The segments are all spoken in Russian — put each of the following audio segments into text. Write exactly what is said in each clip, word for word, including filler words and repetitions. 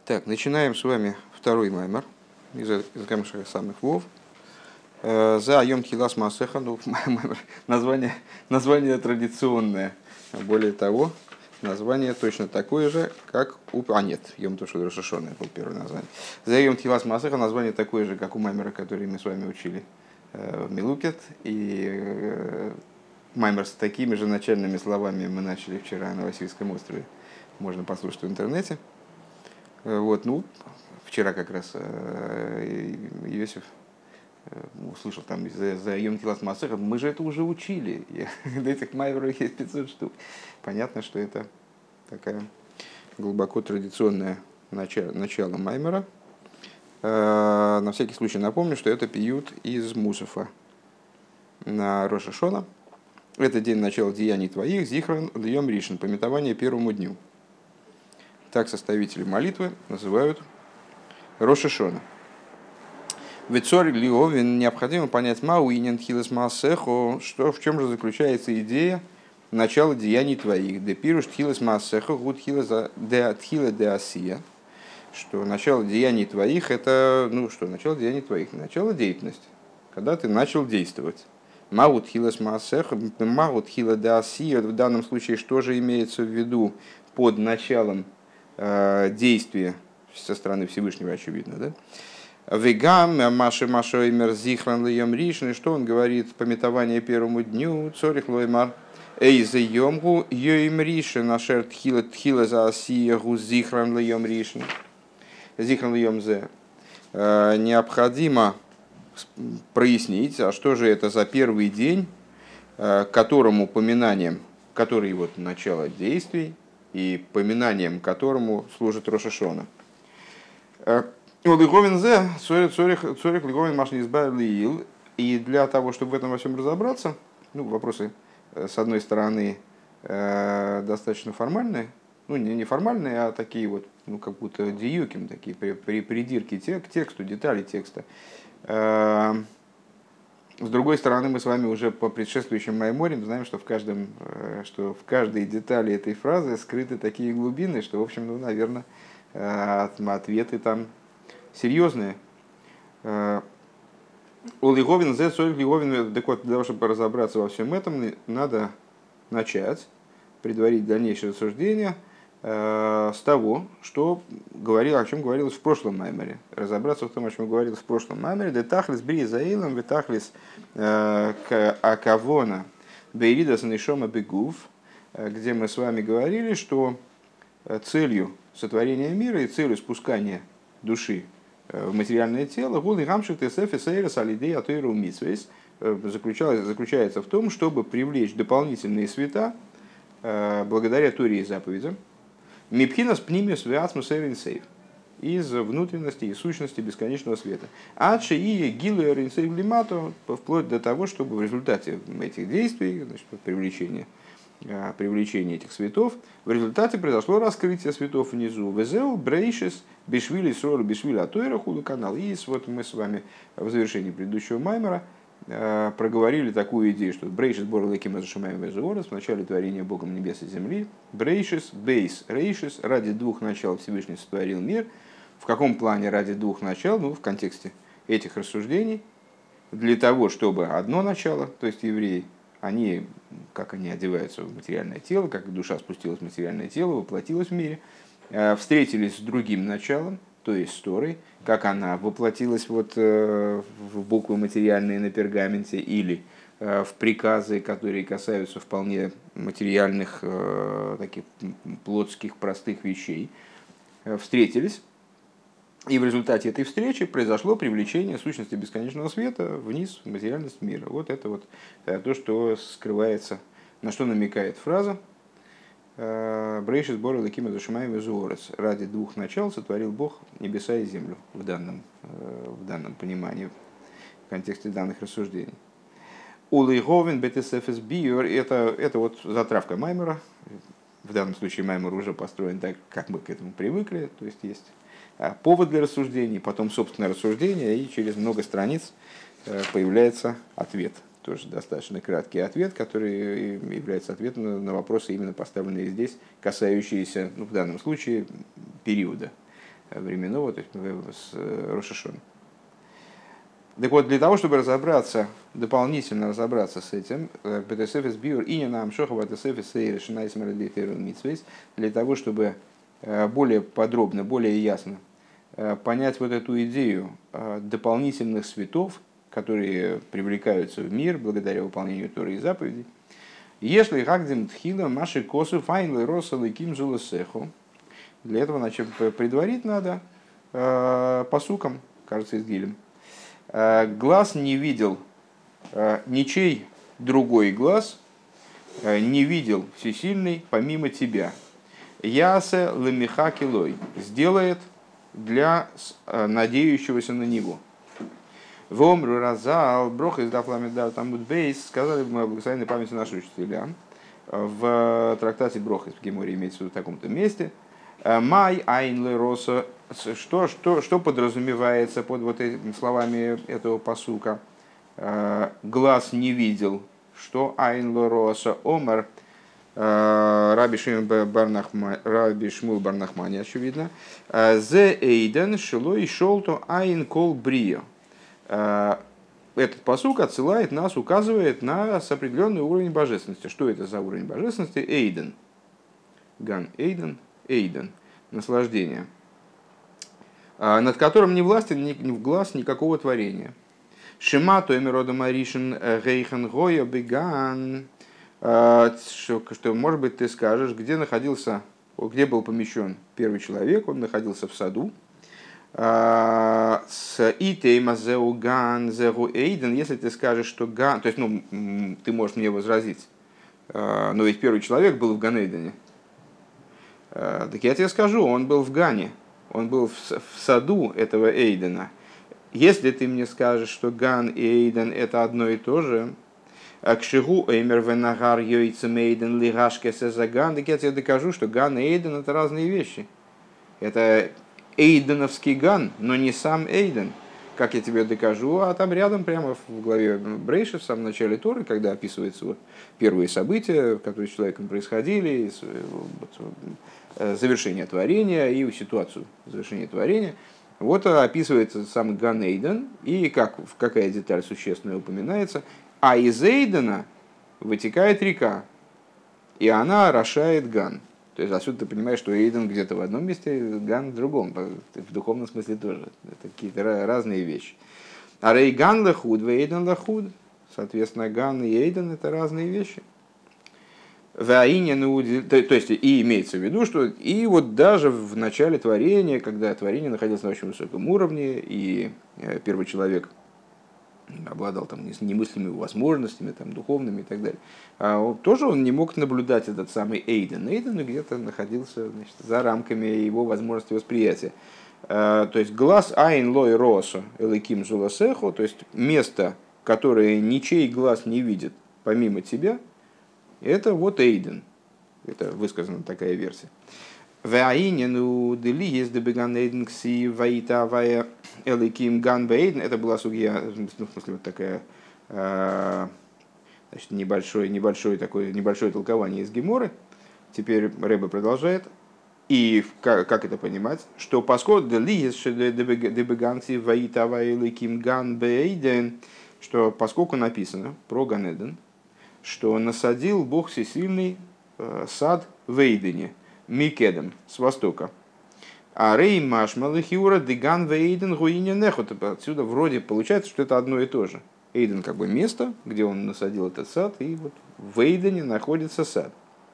Так, начинаем с вами второй маймер из, из Гамших самых Вов. За Йом Тхилас Маасеха, ну, название, название традиционное. Более того, название точно такое же, как у... А нет, Йом Тошуд Рош ха-Шана был первое название. За Йом Тхилас Маасеха название такое же, как у маймера, который мы с вами учили в Милукет. И маймер с такими же начальными словами мы начали вчера на Васильском острове. Можно послушать в интернете. Вот, ну, вчера как раз Иосиф услышал там за Йом Тхилас Маасеха, мы же это уже учили, до этих маймеров есть пятьсот штук. Понятно, что это такая глубоко традиционное начало, начало маймера. На всякий случай напомню, что это пиют из Мусафа на Рош ха-Шана. Это день начала деяний твоих, Зихрон Йом Ришен, памятование первому дню. Так составители молитвы называют Рош ха-Шана. В Цоре Лиовин необходимо понять Мауинен Тхилас Маасехо, что в чем же заключается идея начала деяний твоих. Де пируш Тхилас Маасехо, гуд Тхила де Асия, что начало деяний твоих это, ну что, начало деяний твоих, начало деятельности, когда ты начал действовать. Маут Тхилас Маасехо, Маут Тхила де Асия, в данном случае что же имеется в виду под началом действия со стороны Всевышнего, очевидно, да? Вегам, Маши Машой Мерзихран Льем Ришн, что он говорит, памятование первому дню, Цорих Лоймар, Эйзе Йомгу, Йоим Ришн, Ашер Тхила Тхила за Асия Гузихран Льем Ришн, Зихран Льем Зе. Необходимо прояснить, а что же это за первый день, которому поминанием, который вот начало действий, и поминанием которому служит Рош ха-Шана. И для того, чтобы в этом во всем разобраться, ну, вопросы, с одной стороны, достаточно формальные, ну, не неформальные, а такие вот, ну, как будто диюким, такие придирки к тексту, детали текста. С другой стороны, мы с вами уже по предшествующим майморим знаем, что в, каждом, что в каждой детали этой фразы скрыты такие глубины, что, в общем, ну, наверное, ответы там серьезные. У Лиговин, зе, соль Лиговин, так вот, для того, чтобы разобраться во всем этом, надо начать, предварить дальнейшее рассуждение с того, что говорил, о чем говорилось в прошлом маймере. Разобраться в том, о чем говорилось в прошлом маймере. Детахлис бри заилом, детахлис акавона бейридас нишома бегув, где мы с вами говорили, что целью сотворения мира и целью спускания души в материальное тело заключается в том, чтобы привлечь дополнительные света благодаря Торе и заповедям мипхинас пнимис веацмус эвенсейв из внутренности и сущности бесконечного света. Адши и гилу эренсейв лимато, вплоть до того, чтобы в результате этих действий, значит, привлечения, привлечения этих светов, в результате произошло раскрытие светов внизу. Везеу брейшис бешвили срору бешвили атойра худу канал. И вот мы с вами в завершении предыдущего маймера проговорили такую идею, что брейшис борлакима зашумаем везеорас в начале творения Богом небес и земли. Брейшис бейс рейшис ради двух начал Всевышний сотворил мир. В каком плане ради двух начал? Ну, в контексте этих рассуждений. Для того, чтобы одно начало, то есть евреи, они, как они одеваются в материальное тело, как душа спустилась в материальное тело, воплотилась в мире, встретились с другим началом, то есть с Торой, как она воплотилась вот в буквы материальные на пергаменте или в приказы, которые касаются вполне материальных, таких плотских, простых вещей, встретились. И в результате этой встречи произошло привлечение сущности бесконечного света вниз в материальность мира. Вот это вот то, что скрывается, на что намекает фраза «Брейшис бора лакима зашимаем везуорец». Ради двух начал сотворил Бог небеса и землю в данном, в данном понимании, в контексте данных рассуждений. Улейговин бетесефес биор – это это вот затравка маймера. В данном случае маймер уже построен так, как мы к этому привыкли, то есть есть повод для рассуждений, потом собственное рассуждение, и через много страниц появляется ответ. Тоже достаточно краткий ответ, который является ответом на вопросы, именно поставленные здесь, касающиеся, ну, в данном случае, периода временного, то есть с Рош ха-Шана. Так вот, для того, чтобы разобраться, дополнительно разобраться с этим, для того, чтобы более подробно, более ясно понять вот эту идею дополнительных светов, которые привлекаются в мир благодаря выполнению Торы и заповедей. Если гагдим тхила маши косу файнлы росалы ким зуласеху. Для этого, значит, предварить надо пасуком, кажется, из Гилем. Глаз не видел, ничей другой глаз не видел всесильный помимо тебя. Ясе лемиха килой сделает для надеющегося на него. Вомру разал брох из дафламидар тамуд бейс, сказали в благословенной памяти нашего учителя в трактате Брох из Геморе, имеется в виду в таком-то месте. Май айнле роса. Что, что, что подразумевается под вот этими словами этого пасука? Глаз не видел. Что айнле роса омар? Раби Шмуэл бар Нахмани, очевидно. Зе эйден шилой шолто айн кол брио. Этот пасук отсылает нас, указывает на определенный уровень божественности. Что это за уровень божественности? Эйден. Ган Эйден. Эйден. Наслаждение. Над которым не властен ни в глаз никакого творения. Шема то эмирода маришин гейхан гоя беган. Что, может быть, ты скажешь, где находился, где был помещен первый человек? Он находился в саду. С итейма зеу ган зеу эйден, если ты скажешь, что ган, то есть, ну, ты можешь мне возразить, но ведь первый человек был в Ган-Эйдене. Так я тебе скажу, он был в Гане, он был в саду этого Эйдена. Если ты мне скажешь, что Ган и Эйден это одно и то же, кшигу эймер венагар йойцем Эйден лигашке сезаган, так я тебе докажу, что Ган и Эйден это разные вещи. Это Эйденовский Ган, но не сам Эйден. Как я тебе докажу, а там рядом, прямо в главе Брейши, в самом начале Торы, когда описываются вот первые события, которые с человеком происходили, завершение творения и ситуацию завершения творения, вот описывается сам Ган Эйден, и как, какая деталь существенная упоминается, а из Эйдена вытекает река, и она орошает Ган. То есть отсюда ты понимаешь, что Эйден где-то в одном месте, Ган в другом, в духовном смысле тоже. Это какие-то разные вещи. А Рей Ган лахуд, Эйден лахуд. Соответственно, Ган и Эйден это разные вещи. То есть и имеется в виду, что и вот даже в начале творения, когда творение находилось на очень высоком уровне, и первый человек обладал там немыслимыми возможностями, там, духовными и так далее. А он, тоже он не мог наблюдать этот самый Эйден. Эйден где-то находился, значит, за рамками его возможности восприятия. А, то есть глаз айн лой росо эликим зуласехо, то есть место, которое ничей глаз не видит помимо тебя, это вот Эйден. Это высказана такая версия. Это была судья, ну, в смысле, вот такая, значит, небольшое, небольшое, такое, небольшое толкование из Геморы. Теперь Ребе продолжает. И как, как это понимать? Что поскольку что поскольку написано про Ган-Эден, что насадил Бог Всесильный сад в Эйдене, Микедом, с востока. А Рей Машмал Хиура Диган Вейден Гуиня Нехот. Отсюда вроде получается, что это одно и то же. Эйден как бы место, где он насадил этот сад, и вот в Эйдене находится сад.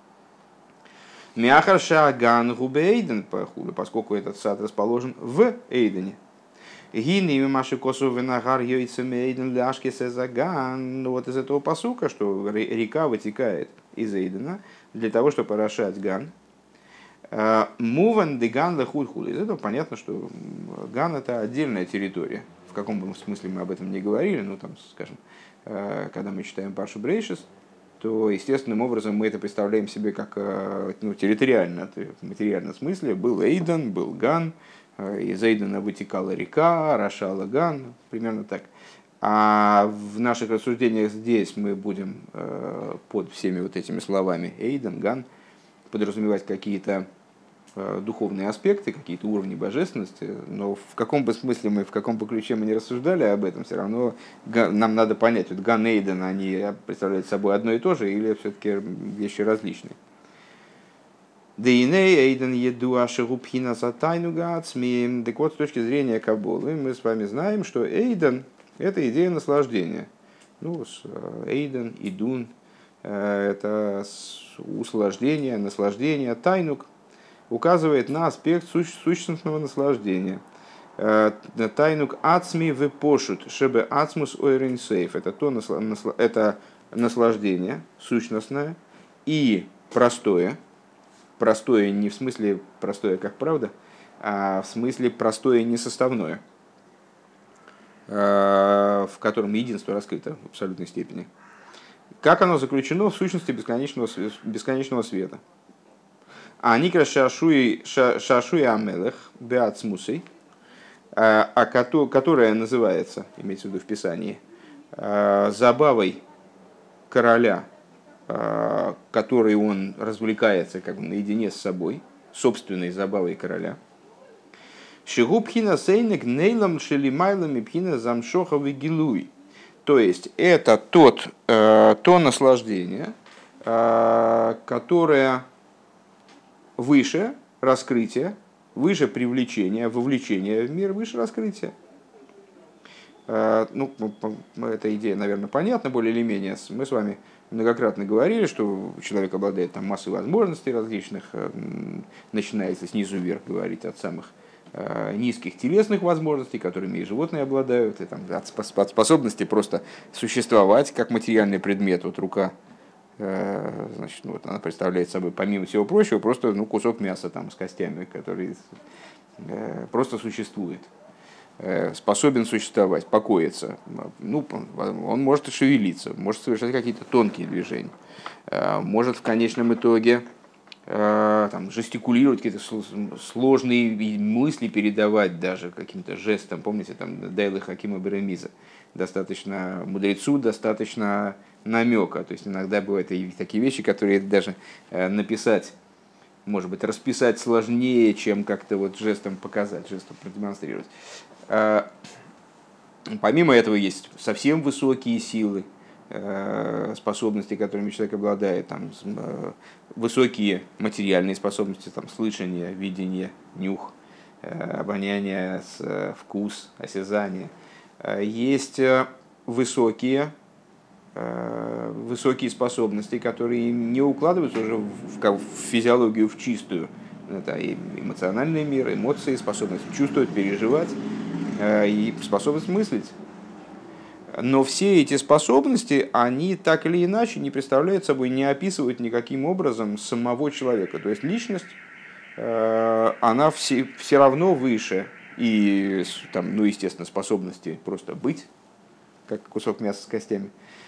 Мяхарша Ган Губе Эйден, поскольку этот сад расположен в Эйдене. Гини Маши Косу Венагар Йойцем Эйден Ляшки Сезаган. Вот из этого пасука, что река вытекает из Эйдена для того, чтобы орошать Ган. Муван деган лахудхуд. Из этого понятно, что Ган это отдельная территория. В каком бы смысле мы об этом не говорили, ну там, скажем, когда мы читаем Паршу Брейшис, то естественным образом мы это представляем себе как, ну, территориально, в материальном смысле. Был Эйден, был Ган, из Эйдена вытекала река, орошала Ган, примерно так. А в наших рассуждениях здесь мы будем под всеми вот этими словами Эйден, Ган подразумевать какие-то духовные аспекты, какие-то уровни божественности, но в каком бы смысле мы, в каком бы ключе мы не рассуждали об этом, все равно нам надо понять, вот Ган Эйден, они представляют собой одно и то же, или все-таки вещи различные. Дейней Эйден еду ашерупхина сатайну гацмием. Так вот, с точки зрения Каббалы, мы с вами знаем, что Эйден – это идея наслаждения. Ну, Эйден, Идун – это услаждение, наслаждение, тайнук указывает на аспект сущностного наслаждения. Тайнук ацми вепошут, шебе ацмус ойренсейф. Это то это наслаждение сущностное и простое. Простое не в смысле простое как правда, а в смысле простое несоставное, в котором единство раскрыто в абсолютной степени. Как оно заключено в сущности бесконечного, бесконечного света. А никра шашуи амелех беацмусей, которая называется, имеется в виду в Писании, забавой короля, которой он развлекается как бы наедине с собой, собственной забавой короля. Шигубхина сейнек нейлам шелимайлами пхина замшоха вигилуй. То есть это тот, то наслаждение, которое выше раскрытия, выше привлечения, вовлечения в мир, выше раскрытия. Ну, эта идея, наверное, понятна более или менее. Мы с вами многократно говорили, что человек обладает там, массой возможностей различных, начинается снизу вверх говорить от самых низких телесных возможностей, которыми и животные обладают, и там, от способности просто существовать как материальный предмет. Вот рука, значит, ну, вот она представляет собой, помимо всего прочего, просто ну, кусок мяса там, с костями, который просто существует, способен существовать, покоиться. Ну, он может шевелиться, может совершать какие-то тонкие движения, может в конечном итоге там, жестикулировать, какие-то сложные мысли передавать даже каким-то жестом. Помните, там Дайлы Хакима Беремиза. Достаточно мудрецу, достаточно намека. То есть иногда бывают и такие вещи, которые даже написать, может быть, расписать сложнее, чем как-то вот жестом показать, жестом продемонстрировать. Помимо этого есть совсем высокие силы, способности, которыми человек обладает, там, высокие материальные способности, там, слышание, видение, нюх, обоняние, вкус, осязание. Есть высокие, высокие способности, которые не укладываются уже в физиологию, в чистую. Это эмоциональный мир, эмоции, способность чувствовать, переживать и способность мыслить. Но все эти способности, они так или иначе не представляют собой, не описывают никаким образом самого человека. То есть личность, она все, все равно выше и, там, ну, естественно, способности просто быть, как кусок мяса с костями,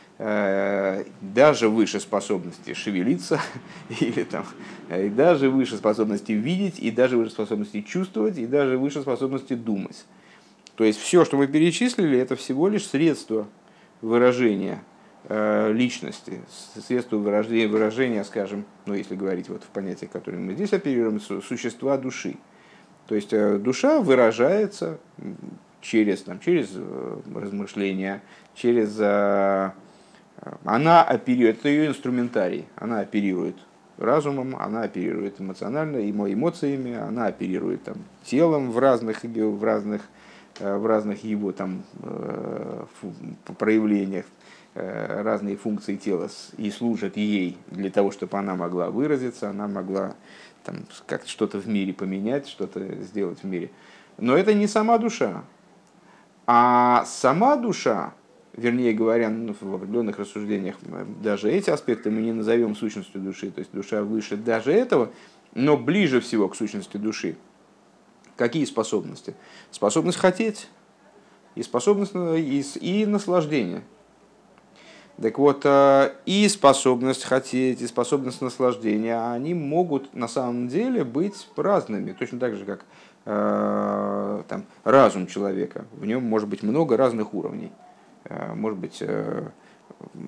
даже выше способности шевелиться, или там, и даже выше способности видеть, и даже выше способности чувствовать, и даже выше способности думать. То есть все, что мы перечислили, это всего лишь средство выражения э, личности, средство выражения, выражения, скажем, ну если говорить вот в понятиях, которыми мы здесь оперируем, существа души. То есть э, душа выражается через, там, через э, размышления, через... Э, она оперирует, это ее инструментарий, она оперирует разумом, она оперирует эмоционально, эмоциями, она оперирует там, телом в разных, в разных в разных его там, проявлениях, разные функции тела и служат ей для того, чтобы она могла выразиться, она могла там, как-то что-то в мире поменять, что-то сделать в мире. Но это не сама душа. А сама душа, вернее говоря, ну, в определенных рассуждениях, даже эти аспекты мы не назовем сущностью души, то есть душа выше даже этого, но ближе всего к сущности души. Какие способности? Способность хотеть и способность и, и наслаждение. Так вот, и способность хотеть, и способность наслаждения, они могут на самом деле быть разными. Точно так же, как э, там, разум человека. В нем может быть много разных уровней. Может быть,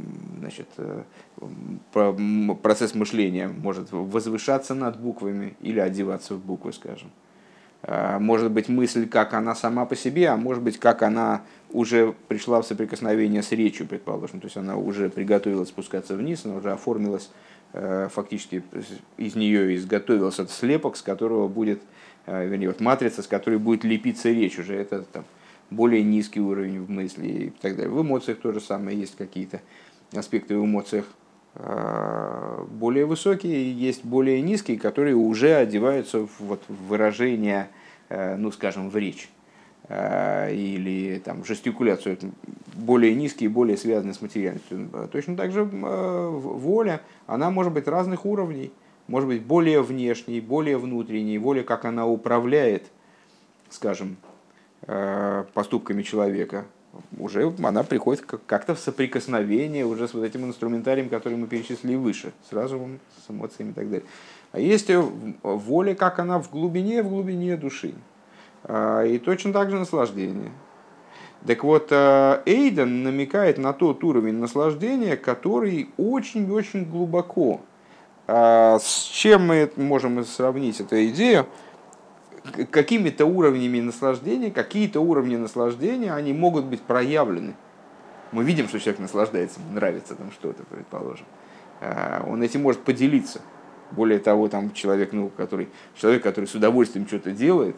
значит, процесс мышления может возвышаться над буквами или одеваться в буквы, скажем. Может быть мысль, как она сама по себе, а может быть, как она уже пришла в соприкосновение с речью, предположим. То есть она уже приготовилась спускаться вниз, она уже оформилась, фактически из нее изготовился этот слепок, с которого будет, вернее, вот матрица, с которой будет лепиться речь уже. Это там более низкий уровень в мысли и так далее. В эмоциях то же самое, есть какие-то аспекты в эмоциях более высокие, есть более низкие, которые уже одеваются в, вот, в выражение, ну, скажем, в речь или там, в жестикуляцию. Более низкие, более связаны с материальностью. Точно так же воля, она может быть разных уровней, может быть более внешней, более внутренней, воля, как она управляет, скажем, поступками человека. Уже она приходит как-то в соприкосновение уже с вот этим инструментарием, который мы перечислили выше, с разумом, с эмоциями и так далее. А есть воля, как она в глубине, в глубине души. И точно так же наслаждение. Так вот, Эйден намекает на тот уровень наслаждения, который очень-очень глубоко. С чем мы можем сравнить эту идею? Какими-то уровнями наслаждения, какие-то уровни наслаждения, они могут быть проявлены. Мы видим, что человек наслаждается, ему нравится там что-то, предположим. Он этим может поделиться. Более того, там человек, ну, который, человек, который с удовольствием что-то делает,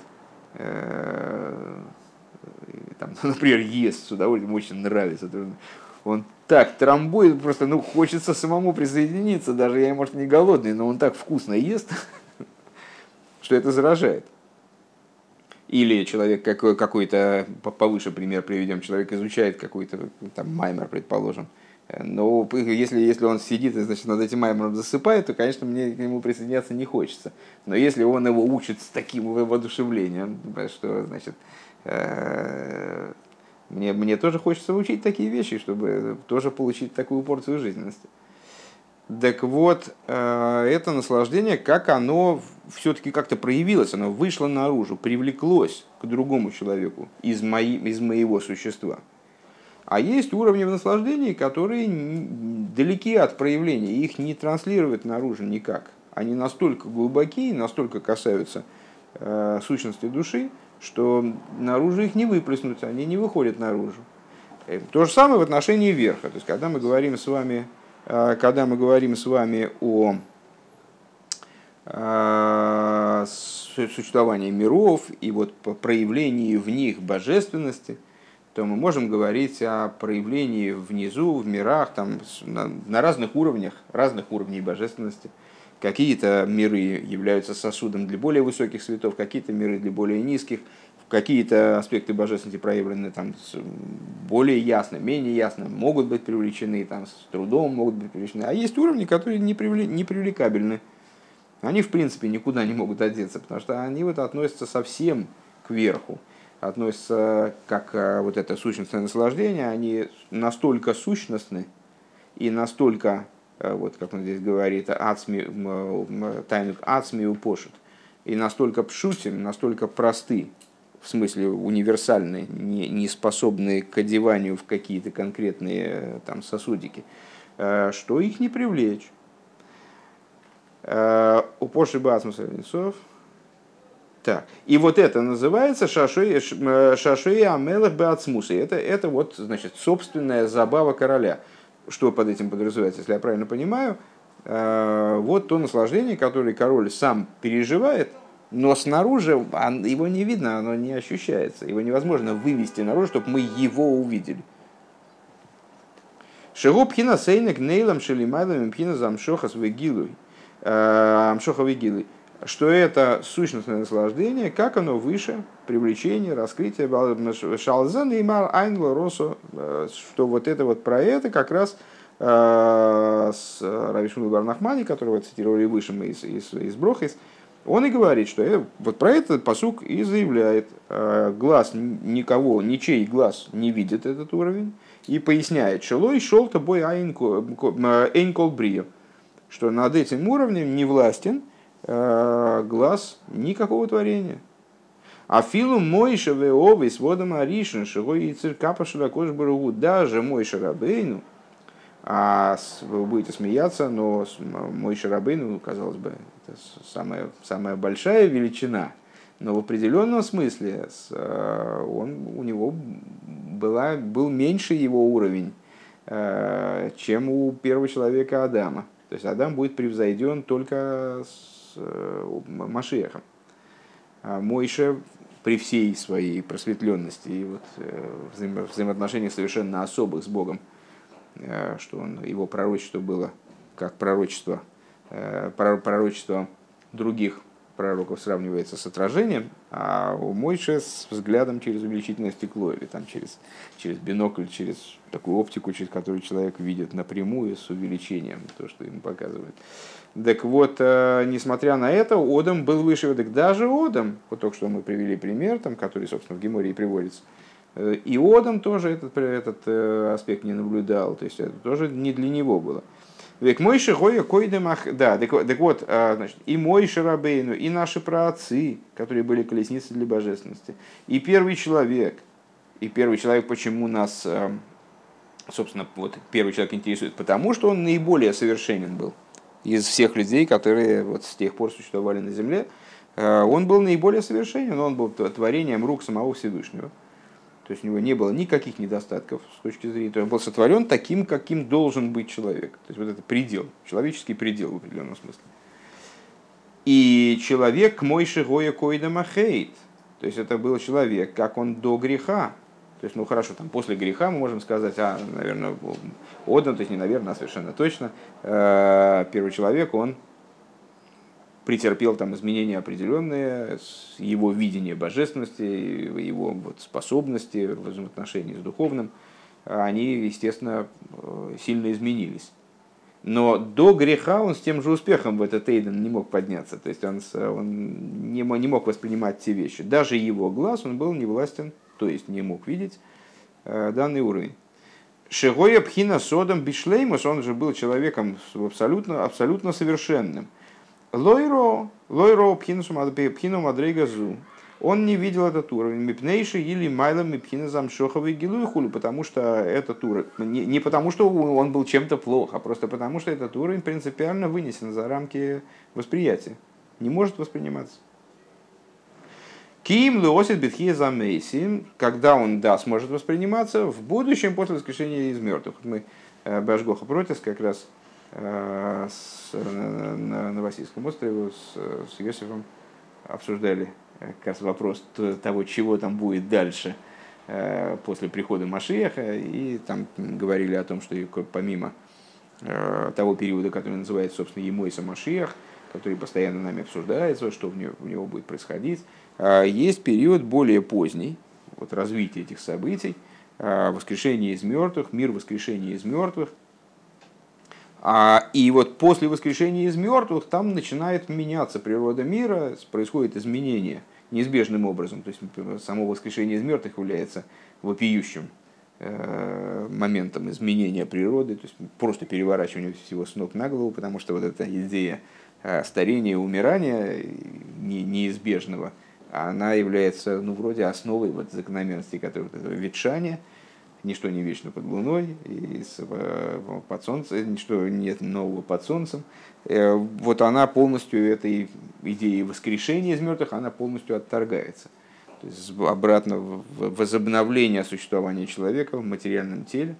там, например, ест с удовольствием, очень нравится. Он так трамбует, просто ну, хочется самому присоединиться, даже я, может, не голодный, но он так вкусно ест, что это заражает. Или человек какой-то, повыше пример приведем, человек изучает какой-то там маймер, предположим. Но если, если он сидит и, значит, над этим маймером засыпает, то, конечно, мне к нему присоединяться не хочется. Но если он его учит с таким воодушевлением, что, значит, мне, мне тоже хочется учить такие вещи, чтобы тоже получить такую порцию жизненности. Так вот, это наслаждение, как оно все-таки как-то проявилось, оно вышло наружу, привлеклось к другому человеку из, мои, из моего существа. А есть уровни в наслаждении, которые далеки от проявления, их не транслируют наружу никак. Они настолько глубокие, настолько касаются э, сущности души, что наружу их не выплеснуть, они не выходят наружу. То же самое в отношении верха. То есть, когда мы говорим с вами... Когда мы говорим с вами о существовании миров и вот проявлении в них божественности, то мы можем говорить о проявлении внизу, в мирах, там, на разных уровнях, разных уровней божественности. Какие-то миры являются сосудом для более высоких светов, какие-то миры для более низких. Какие-то аспекты божественности проявлены там более ясно, менее ясно, могут быть привлечены, там, с трудом могут быть привлечены. А есть уровни, которые не привлекабельны. Они, в принципе, никуда не могут одеться, потому что они вот относятся совсем кверху. Относятся, как вот это сущностное наслаждение, они настолько сущностны и настолько, вот как он здесь говорит, тайнук ацми упошит, и настолько пшутим, настолько просты, в смысле универсальные, не, не способные к одеванию в какие-то конкретные там, сосудики, что их не привлечь. У Поши Басмуса Венцов. Так. И вот это называется шашой амелах беацмусы. Это, это вот, значит, собственная забава короля. Что под этим подразумевается, если я правильно понимаю? Вот то наслаждение, которое король сам переживает, но снаружи его не видно, оно не ощущается. Его невозможно вывести наружу, чтобы мы его увидели. Шигу пхина сейнек нейлам шелимайлам пхина замшохас вегилуй. Амшоха вегилуй. Что это сущностное наслаждение, как оно выше, привлечение, раскрытие шалзан и мар айнгла росо, что вот это вот про это как раз с Рави Шмуэль бар Нахмани, которого цитировали выше мы из, из, из Брохис, он и говорит, что это, вот про этот пасук и заявляет, глаз никого, ничей глаз не видит этот уровень, и поясняет, шелой шел тобой эйнкол брио, что над этим уровнем не властен глаз никакого творения. А филу Мойша веовый с водом Аришин, шего и циркапа широкош баругу, даже Мойша Рабейну, А вы будете смеяться, но Мойше Рабейну, казалось бы, это самая, самая большая величина, но в определенном смысле он, у него была, был меньше его уровень, чем у первого человека Адама. То есть Адам будет превзойден только с Машиахом. А Мойше при всей своей просветленности и вот взаимо- взаимоотношениях совершенно особых с Богом, что он, его пророчество было как пророчество, пророчество других пророков сравнивается с отражением, а у Мойше с взглядом через увеличительное стекло или там через, через бинокль, через такую оптику, через которую человек видит напрямую с увеличением то, что ему показывает. Так вот, несмотря на это, Одам был выше. Так даже Одам, вот только что мы привели пример, там, который, собственно, в Геморе и приводится, и Одам тоже этот, этот аспект не наблюдал, то есть это тоже не для него было. Век Мойше Гоя Койдемах, да, так, так вот, значит, и Мойше Рабейну, и наши праотцы, которые были колесницей для божественности, и первый человек, и первый человек, почему нас, собственно, вот первый человек интересует, потому что он наиболее совершенен был из всех людей, которые вот с тех пор существовали на земле, он был наиболее совершенен, он был творением рук самого Всевышнего. То есть у него не было никаких недостатков с точки зрения, то есть он был сотворен таким, каким должен быть человек. То есть вот это предел, человеческий предел в определенном смысле. И человек Мойше Гоя Койда Махейт, то есть это был человек, как он до греха. То есть, ну хорошо, там после греха мы можем сказать, а, наверное, Одам, то есть не наверное, а совершенно точно, первый человек, он претерпел там изменения определенные, его видение божественности, его вот способности в взаимоотношении с духовным, они, естественно, сильно изменились. Но до греха он с тем же успехом в этот Эйден не мог подняться, то есть он, он не, не мог воспринимать те вещи. Даже его глаз, он был невластен, то есть не мог видеть данный уровень. Шегоя Пхина Содом Бишлеймус, он же был человеком абсолютно, абсолютно совершенным. Лойро, лойро пхину мадрейгазу. Он не видел этот уровень. Мипнейши или майлом мипхина замшоховый гилуихулю, потому что этот уровень, не, не потому что он был чем-то плох, а просто потому что этот уровень принципиально вынесен за рамки восприятия. Не может восприниматься. Ким леосит битхия замейсим, когда он, да, сможет восприниматься в будущем после воскрешения из мертвых. Мы Башгоха Протис как раз С, на Новосильском острове с, с Йосифом обсуждали как раз вопрос того, чего там будет дальше после прихода Машиаха, и там говорили о том, что помимо того периода, который называется, собственно, Емойса Машиах, который постоянно нами обсуждается, что в него, в него будет происходить, есть период более поздний, вот развитие этих событий, воскрешение из мертвых, мир воскрешения из мертвых. И вот после воскрешения из мертвых там начинает меняться природа мира, происходит изменение неизбежным образом. То есть само воскрешение из мертвых является вопиющим моментом изменения природы, то есть просто переворачивание всего с ног на голову, потому что вот эта идея старения и умирания неизбежного, она является, ну, вроде основой вот закономерности, которые вот этого ветшания. Ничто не вечно под луной, и под солнцем, ничто нет нового под солнцем. Вот она полностью, этой идеей воскрешения из мертвых, она полностью отторгается. То есть обратно в возобновление существования человека в материальном теле.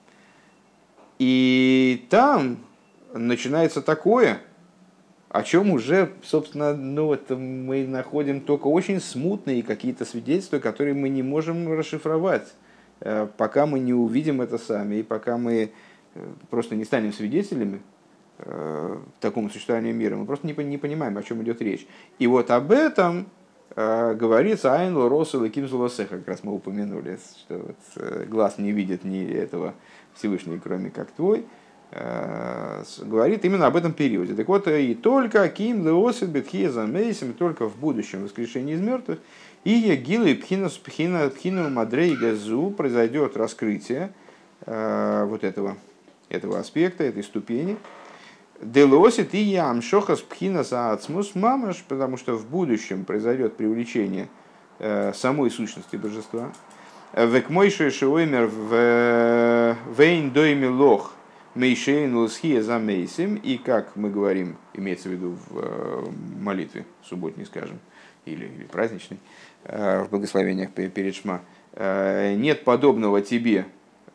И там начинается такое, о чем уже, собственно, ну, вот мы находим только очень смутные какие-то свидетельства, которые мы не можем расшифровать, пока мы не увидим это сами, и пока мы просто не станем свидетелями такому существованию мира, мы просто не, не понимаем, о чем идет речь. И вот об этом э, говорится «Айн лоросел и кимзулосеха», как раз мы упомянули, что вот, глаз не видит ни этого Всевышний, кроме как твой, э, говорит именно об этом периоде. Так вот, и только ким леосел бетхия замейсим, только в будущем воскрешении из мертвых, и егилы пхину мадрей газу произойдет раскрытие э, вот этого, этого аспекта, этой ступени. Делосит и ям шохас пхина за ацмус мамаш, потому что в будущем произойдет привлечение э, самой сущности божества. Век мойши шиоймер в вейн дойми лох Мейшейн лсхия за мейсим, и как мы говорим, имеется в виду в молитве субботней, скажем, или, или праздничной, в благословениях перед Шма, нет подобного тебе,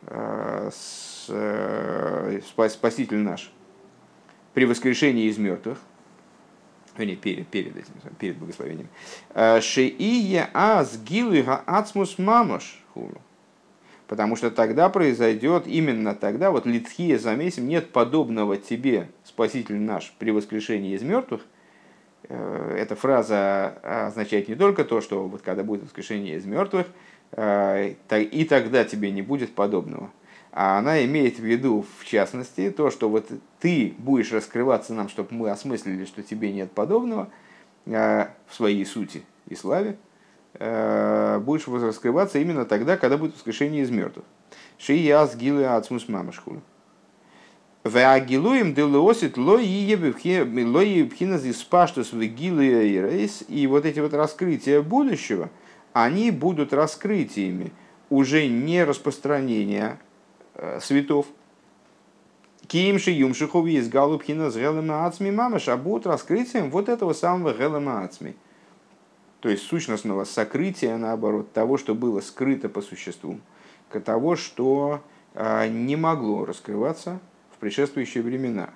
Спаситель наш, при воскрешении из мертвых, не, перед, перед этим, перед благословением, шеие аз гилуга ацмус мамаш хулу. Потому что тогда произойдет, именно тогда, вот литхия замесим, нет подобного тебе, Спаситель наш, при воскрешении из мертвых. Эта фраза означает не только то, что вот когда будет воскрешение из мертвых, и тогда тебе не будет подобного. А она имеет в виду, в частности, то, что вот ты будешь раскрываться нам, чтобы мы осмыслили, что тебе нет подобного в своей сути и славе, будешь раскрываться именно тогда, когда будет воскрешение из мертвых. Шияс гилы ацмус мамашхуль. Веагилуем делоосит лои пхиназ из паштус вегилы рейс. И вот эти вот раскрытия будущего, они будут раскрытиями уже не распространения светов. Кимши юмшихови из галу пхиназ гелема ацми мамаш, а будут раскрытием вот этого самого гелема ацми. То есть сущностного сокрытия, наоборот, того, что было скрыто по существу, того, что не могло раскрываться в предшествующие времена.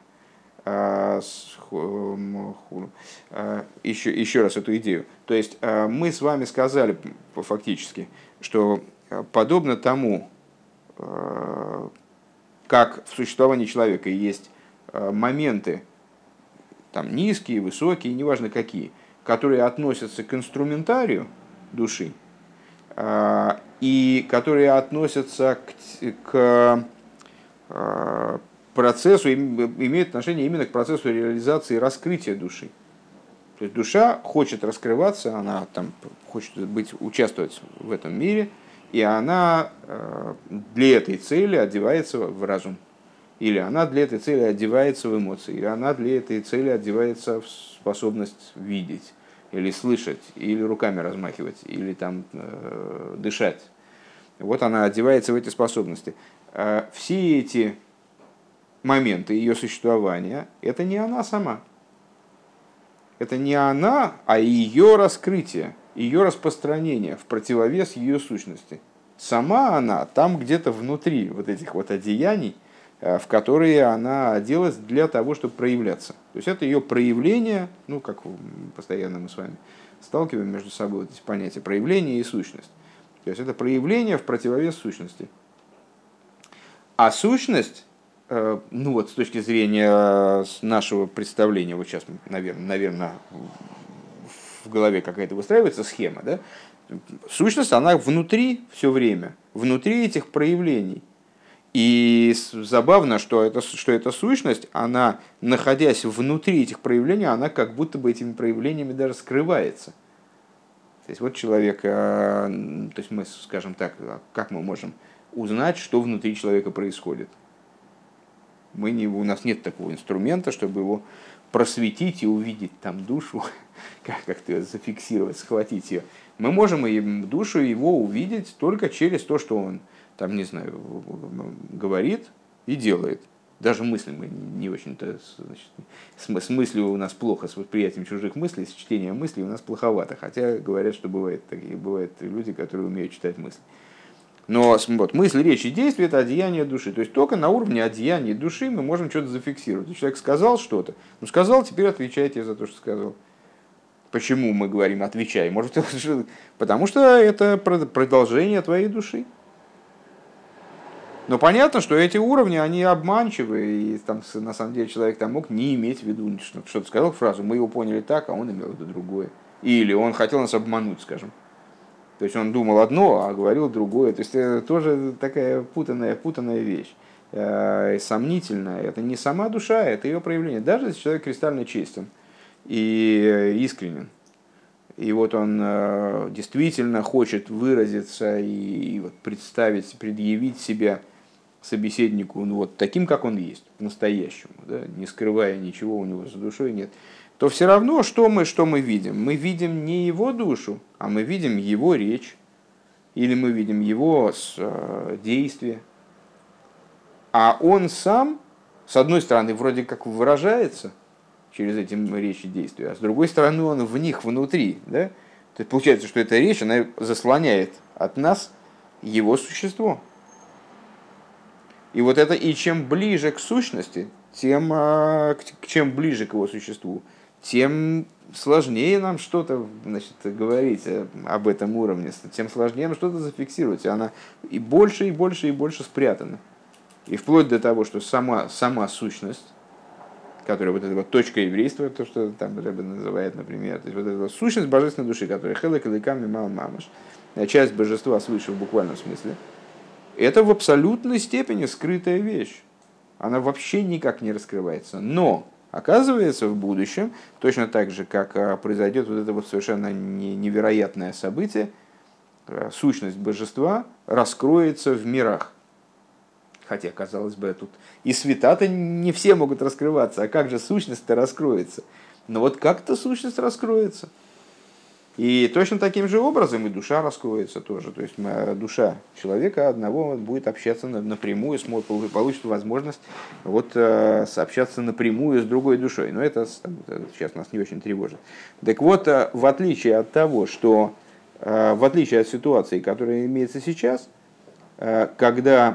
Еще, еще раз эту идею. То есть мы с вами сказали фактически, что подобно тому, как в существовании человека есть моменты там, низкие, высокие, неважно какие, которые относятся к инструментарию души и которые относятся к, к процессу, имеют отношение именно к процессу реализации и раскрытия души. То есть душа хочет раскрываться, она там хочет быть, участвовать в этом мире, и она для этой цели одевается в разум. Или она для этой цели одевается в эмоции, или она для этой цели одевается в способность видеть, или слышать, или руками размахивать, или там, э, дышать. Вот она одевается в эти способности. Э, все эти моменты ее существования – это не она сама. Это не она, а ее раскрытие, ее распространение в противовес ее сущности. Сама она там где-то внутри вот этих вот одеяний, в которые она оделась для того, чтобы проявляться. То есть это ее проявление, ну, как постоянно мы с вами сталкиваем между собой вот эти понятия проявление и сущность. То есть это проявление в противовес сущности. А сущность, ну вот с точки зрения нашего представления, вот сейчас, наверное, наверное в голове какая-то выстраивается схема, да? Сущность, она внутри все время, внутри этих проявлений. И забавно, что эта, что эта сущность, она, находясь внутри этих проявлений, она как будто бы этими проявлениями даже скрывается. То есть вот человек, то есть мы, скажем так, как мы можем узнать, что внутри человека происходит? Мы не, у нас нет такого инструмента, чтобы его просветить и увидеть там душу, как- как-то зафиксировать, схватить ее. Мы можем и душу его увидеть только через то, что он там, не знаю, говорит и делает. Даже мысли мы не очень-то, значит, с мыслью у нас плохо, с восприятием чужих мыслей, с чтением мыслей у нас плоховато. Хотя говорят, что бывает, такие, бывают люди, которые умеют читать мысли. Но вот, мысль, речь и действие – это одеяние души. То есть только на уровне одеяния души мы можем что-то зафиксировать. Человек сказал что-то, ну сказал, теперь отвечайте за то, что сказал. Почему мы говорим «отвечай»? Может, потому что это продолжение твоей души. Но понятно, что эти уровни, они обманчивые, и там, на самом деле человек там мог не иметь в виду, что-то сказал фразу, мы его поняли так, а он имел в виду другое. Или он хотел нас обмануть, скажем. То есть он думал одно, а говорил другое. То есть это тоже такая путанная, путанная вещь. Э, сомнительная. Это не сама душа, это ее проявление. Даже если человек кристально честен и искренен. И вот он э, действительно хочет выразиться и, и вот представить, предъявить себя собеседнику, ну, вот таким, как он есть, по-настоящему, да, не скрывая ничего у него за душой нет, то все равно, что мы, что мы видим? Мы видим не его душу, а мы видим его речь, или мы видим его э, действия. А он сам с одной стороны, вроде как выражается через эти речи действия, а с другой стороны, он в них внутри. Да? То есть получается, что эта речь, она заслоняет от нас его существо. И вот это, и чем ближе к сущности, тем, чем ближе к его существу, тем сложнее нам что-то, значит, говорить об этом уровне, тем сложнее нам что-то зафиксировать. И она и больше, и больше, и больше спрятана. И вплоть до того, что сама, сама сущность, которая вот эта вот точка еврейства, то, что там Рэбе называет, например, то есть вот эта вот сущность божественной души, которая хелек иликами мал мамаш, часть божества свыше в буквальном смысле, это в абсолютной степени скрытая вещь. Она вообще никак не раскрывается. Но, оказывается, в будущем, точно так же, как произойдет вот это вот совершенно невероятное событие, сущность божества раскроется в мирах. Хотя, казалось бы, тут и света-то не все могут раскрываться, а как же сущность-то раскроется? Но вот как-то сущность раскроется. И точно таким же образом и душа раскроется тоже. То есть душа человека одного будет общаться напрямую, получит возможность вот, сообщаться напрямую с другой душой. Но это сейчас нас не очень тревожит. Так вот, в отличие от того, что в отличие от ситуации, которая имеется сейчас, когда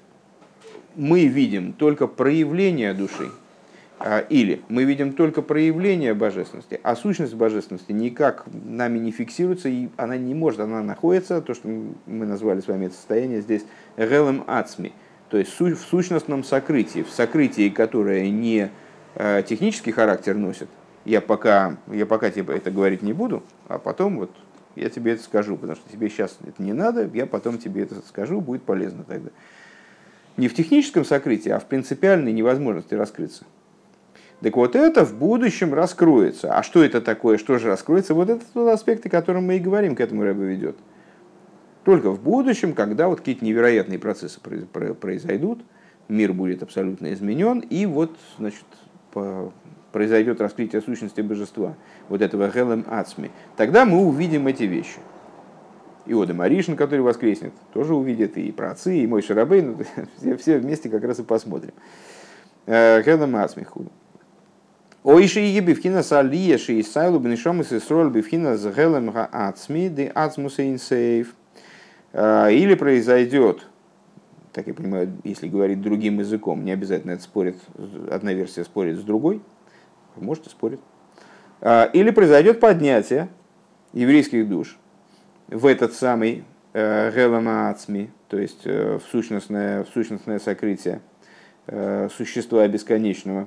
мы видим только проявление души, или мы видим только проявление божественности, а сущность божественности никак нами не фиксируется, и она не может, она находится, то, что мы назвали с вами это состояние здесь, релем ацми, то есть в сущностном сокрытии, в сокрытии, которое не технический характер носит. Я пока, я пока тебе это говорить не буду, а потом вот я тебе это скажу, потому что тебе сейчас это не надо, я потом тебе это скажу, будет полезно тогда. Не в техническом сокрытии, а в принципиальной невозможности раскрыться. Так вот это в будущем раскроется. А что это такое, что же раскроется? Вот это тот аспект, о котором мы и говорим, к этому Рэбе ведет. Только в будущем, когда вот какие-то невероятные процессы произойдут, мир будет абсолютно изменен, и вот, значит, произойдет раскрытие сущности божества, вот этого Гелем Ацми, тогда мы увидим эти вещи. Иода Маришин, который воскреснет, тоже увидит, и праотцы, и Мойше Рабейну, все, все вместе как раз и посмотрим. Гелем Ацми худу. Ойши и бифхина салия ши и сайлу бнишом и сроль бифхина с Гелем Ацми де Ацмус инсейв. Или произойдет, так я понимаю, если говорить другим языком, не обязательно это спорит, одна версия спорит с другой, может и спорит. Или произойдет поднятие еврейских душ в этот самый Гелем Ацми, то есть в сущностное, в сущностное сокрытие существа бесконечного,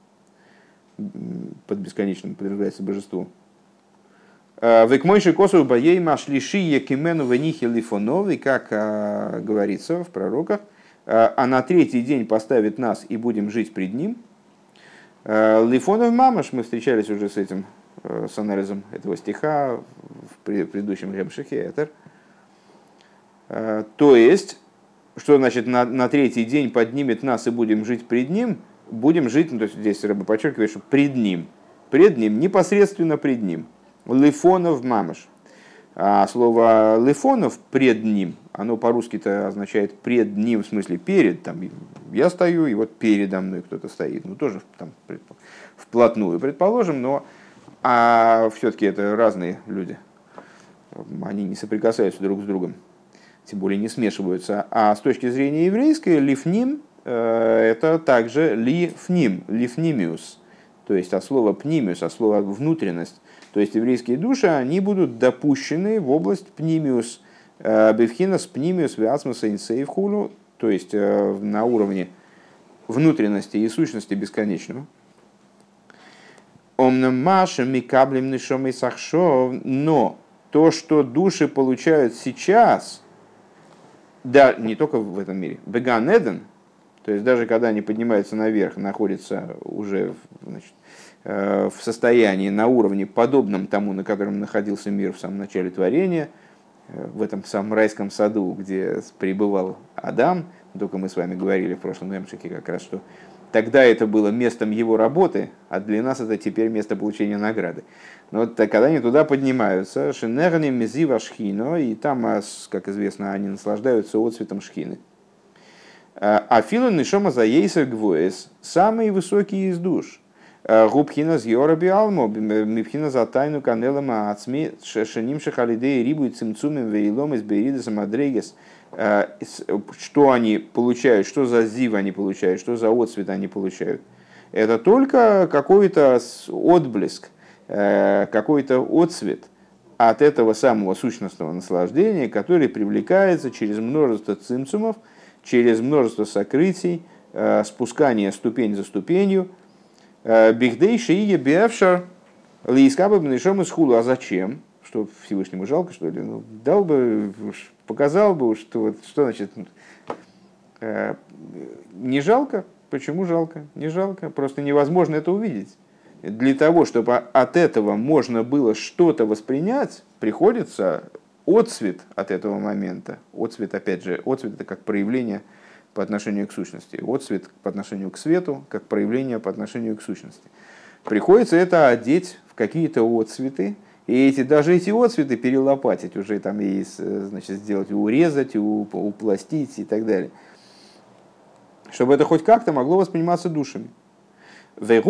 под бесконечным подразумевается божество. Векмойши косу баей машлиши якимену венихи лифонови, как говорится в пророках, а на третий день поставит нас и будем жить пред ним. Лифонов мамаш, мы встречались уже с этим, с анализом этого стиха в предыдущем Ремшихе Этер. То есть, что значит на, на третий день поднимет нас и будем жить пред ним, будем жить, ну, то есть здесь Рэбе подчеркивает, что пред ним, пред ним, непосредственно пред ним. Лифонов мамаш. А слово лифонов пред ним, оно по-русски-то означает пред ним, в смысле перед. Там, я стою, и вот передо мной кто-то стоит. Ну, тоже там, вплотную, предположим, но а все-таки это разные люди. Они не соприкасаются друг с другом, тем более не смешиваются. А с точки зрения еврейской, лифним это также лифним, лифнимиус. То есть от слова пнимиус, от слова внутренность. То есть еврейские души, они будут допущены в область пнимиус, бифхинас пнимиус виацмуса инсейвхулу, то есть на уровне внутренности и сущности бесконечного. Омнам машем микаблем нишом и сахшо, но то, что души получают сейчас, да, не только в этом мире, беган эден, то есть даже когда они поднимаются наверх, находятся уже, значит, в состоянии, на уровне, подобном тому, на котором находился мир в самом начале творения, в этом самом райском саду, где пребывал Адам, только мы с вами говорили в прошлом Эмшике как раз, что тогда это было местом его работы, а для нас это теперь место получения награды. Но вот когда они туда поднимаются, шинерни мезива шхино, и там, как известно, они наслаждаются отцветом шхины. Афилу нишома за ейсер гвоес, самый высокий из душ. Губхина с Йораби Алмо, Мипхина за тайну канелама ацми, шешаним шахалидей рибу и цимцумим вейлом из беридеса мадрегес. Что они получают, что за зив они получают, что за отцвет они получают. Это только какой-то отблеск, какой-то отцвет от этого самого сущностного наслаждения, который привлекается через множество цимцумов, через множество сокрытий, спускание ступень за ступенью. Бихдей шиие биэвшар лиискабы бнешом из хулу. А зачем? Что Всевышнему жалко, что ли? Ну, дал бы, показал бы, что, вот, что значит не жалко. Почему жалко? Не жалко. Просто невозможно это увидеть. Для того, чтобы от этого можно было что-то воспринять, приходится отцвет от этого момента. Отцвет, опять же, отцвет это как проявление по отношению к сущности. Отцвет по отношению к свету, как проявление по отношению к сущности. Приходится это одеть в какие-то отцветы, и эти, даже эти отцветы перелопатить, уже там и, значит, сделать, урезать, упластить и так далее. Чтобы это хоть как-то могло восприниматься душами. И вот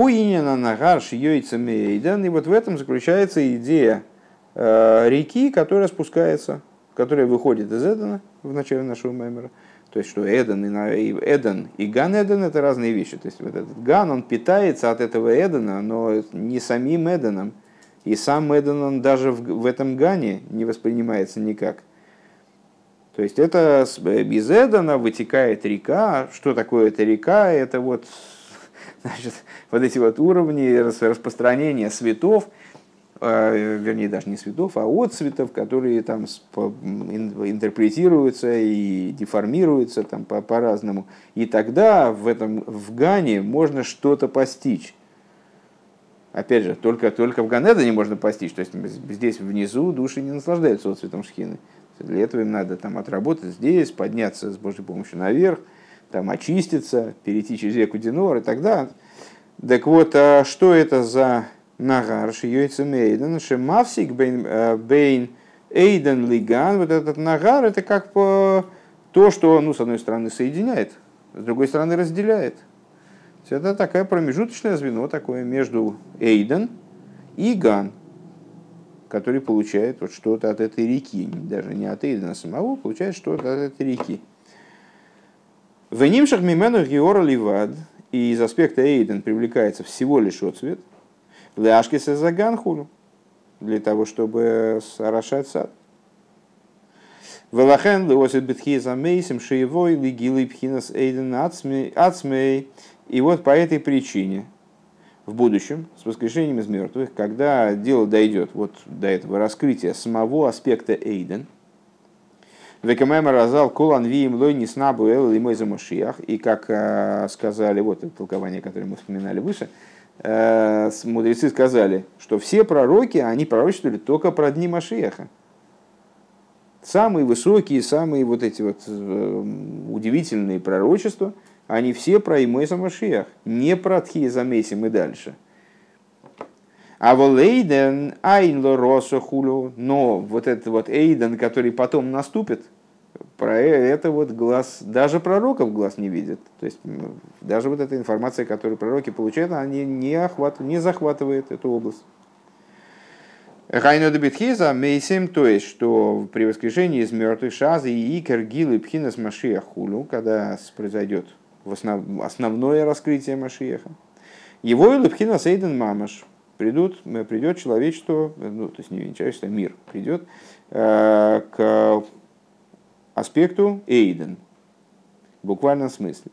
в этом заключается идея реки, которая спускается, которая выходит из Эдена в начале нашего маймера. То есть, что Эден и, Эден и Ган Эден — это разные вещи. То есть, вот этот Ган, он питается от этого Эдена, но не самим Эденом. И сам Эден, он даже в, в этом Гане не воспринимается никак. То есть, это из Эдена вытекает река. Что такое эта река? Это вот, значит, вот эти вот уровни распространения светов, вернее, даже не светов, а отцветов, которые там интерпретируются и деформируются там по- по-разному. И тогда в этом в Гане можно что-то постичь. Опять же, только, только в Ганедане можно постичь. То есть здесь внизу души не наслаждаются отцветом шхины. Для этого им надо там отработать здесь, подняться с Божьей помощью наверх, там очиститься, перейти через реку Динор и так далее. Так вот, а что это за нагар, шиёйцем эйден, шемавсик бейн эйден лиган? Вот этот нагар — это как по то, что, ну, с одной стороны соединяет, с другой стороны разделяет. Это такое промежуточное звено такое между эйден и ган, который получает вот что-то от этой реки, даже не от эйдена самого, получает что-то от этой реки. В нимшах мимену геора ливад, и из аспекта эйден привлекается всего лишь отцвет, ляшкиса заганхулу, для того, чтобы орошать сад. Велахен леосит битхиза мейсим шеевой лигилы пхинас эйден ацмей. И вот по этой причине в будущем, с воскрешением из мертвых, когда дело дойдет вот до этого раскрытия самого аспекта эйден, векамэма разал колан виим лой не снабу эл и мой замашиях, и как э, сказали, вот это толкование, которое мы вспоминали выше, э, мудрецы сказали, что все пророки, они пророчествовали только про дни Машиаха. Самые высокие, самые вот эти вот э, удивительные пророчества, они все про Имойса Машиах, не про Тхиеза Мейсим и дальше. А вот Эйден, Айнло Росо Хулю, но вот этот вот Эйден, который потом наступит, про это вот глаз, даже пророков глаз не видит. То есть даже вот эта информация, которую пророки получают, она не, не, охват, не захватывает эту область. Хайно дебитхиза Мейсим, то есть, что при воскрешении из мертвых шазы и икер гилы пхинас Машиах Хулю, когда произойдет в основ... основное раскрытие Машиаха, его и лепхина сейден мамаш, придут, придет человечество, ну, то есть не человечество, мир придет э, к аспекту эйден, в буквальном смысле.